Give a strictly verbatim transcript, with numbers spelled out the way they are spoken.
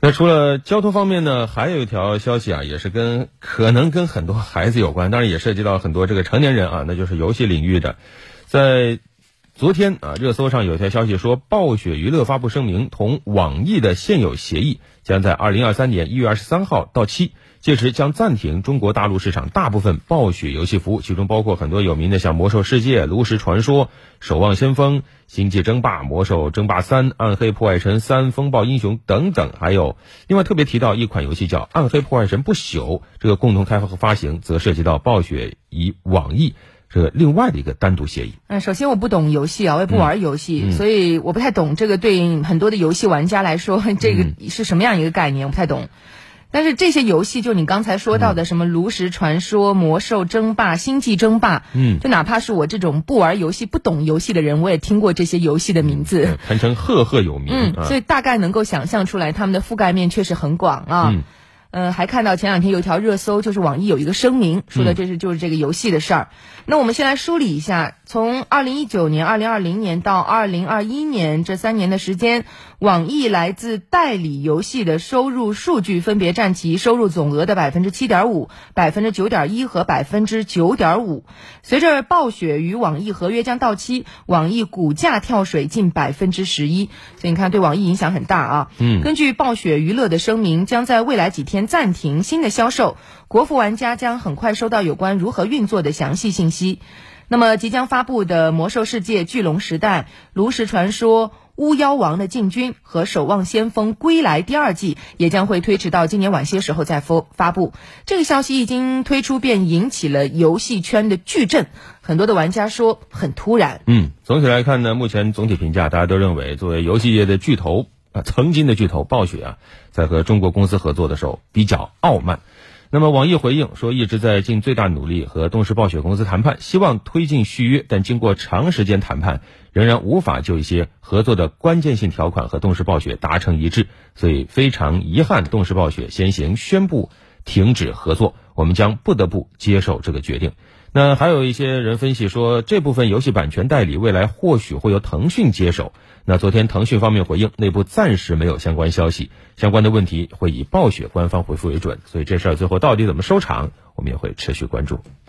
那除了交通方面呢，还有一条消息啊，也是跟可能跟很多孩子有关，当然也涉及到很多这个成年人啊，那就是游戏领域的。在昨天啊，热搜上有一条消息说，暴雪娱乐发布声明，同网易的现有协议将在二零二三年一月二十三号到期，届时将暂停中国大陆市场大部分暴雪游戏服务，其中包括很多有名的像魔兽世界、炉石传说、守望先锋、星际争霸、魔兽争霸三、暗黑破坏神三、风暴英雄等等，还有另外特别提到一款游戏叫暗黑破坏神不朽，这个共同开发和发行则涉及到暴雪与网易这个另外的一个单独协议。 嗯，首先我不懂游戏啊，我也不玩游戏， 嗯、 所以我不太懂这个对很多的游戏玩家来说，这个是什么样一个概念，我不太懂。但是这些游戏，就你刚才说到的什么炉石传说、魔兽争霸、星际争霸，嗯，就哪怕是我这种不玩游戏、不懂游戏的人，我也听过这些游戏的名字， 嗯、堪称赫赫有名。 嗯，所以大概能够想象出来，他们的覆盖面确实很广啊。嗯呃，还看到前两天有一条热搜，就是网易有一个声明，说的这是就是这个游戏的事儿。嗯、那我们先来梳理一下，从二零一九年、二零二零年到二零二一年这三年的时间，网易来自代理游戏的收入数据分别占其收入总额的百分之七点五、百分之九点一和百分之九点五。随着暴雪与网易合约将到期，网易股价跳水近百分之十一，所以你看对网易影响很大啊。嗯，根据暴雪娱乐的声明，将在未来几天暂停新的销售，国服玩家将很快收到有关如何运作的详细信息。那么即将发布的魔兽世界、巨龙时代、炉石传说、巫妖王的进军和守望先锋归来第二季也将会推迟到今年晚些时候再发布。这个消息一经推出便引起了游戏圈的巨震，很多的玩家说很突然。 嗯，总体来看呢，目前总体评价大家都认为，作为游戏业的巨头啊，曾经的巨头暴雪啊，在和中国公司合作的时候比较傲慢。那么网易回应说，一直在尽最大努力和动视暴雪公司谈判，希望推进续约，但经过长时间谈判，仍然无法就一些合作的关键性条款和动视暴雪达成一致，所以非常遗憾，动视暴雪先行宣布停止合作，我们将不得不接受这个决定。那还有一些人分析说，这部分游戏版权代理未来或许会由腾讯接手。那昨天腾讯方面回应，内部暂时没有相关消息，相关的问题会以暴雪官方回复为准，所以这事儿最后到底怎么收场，我们也会持续关注。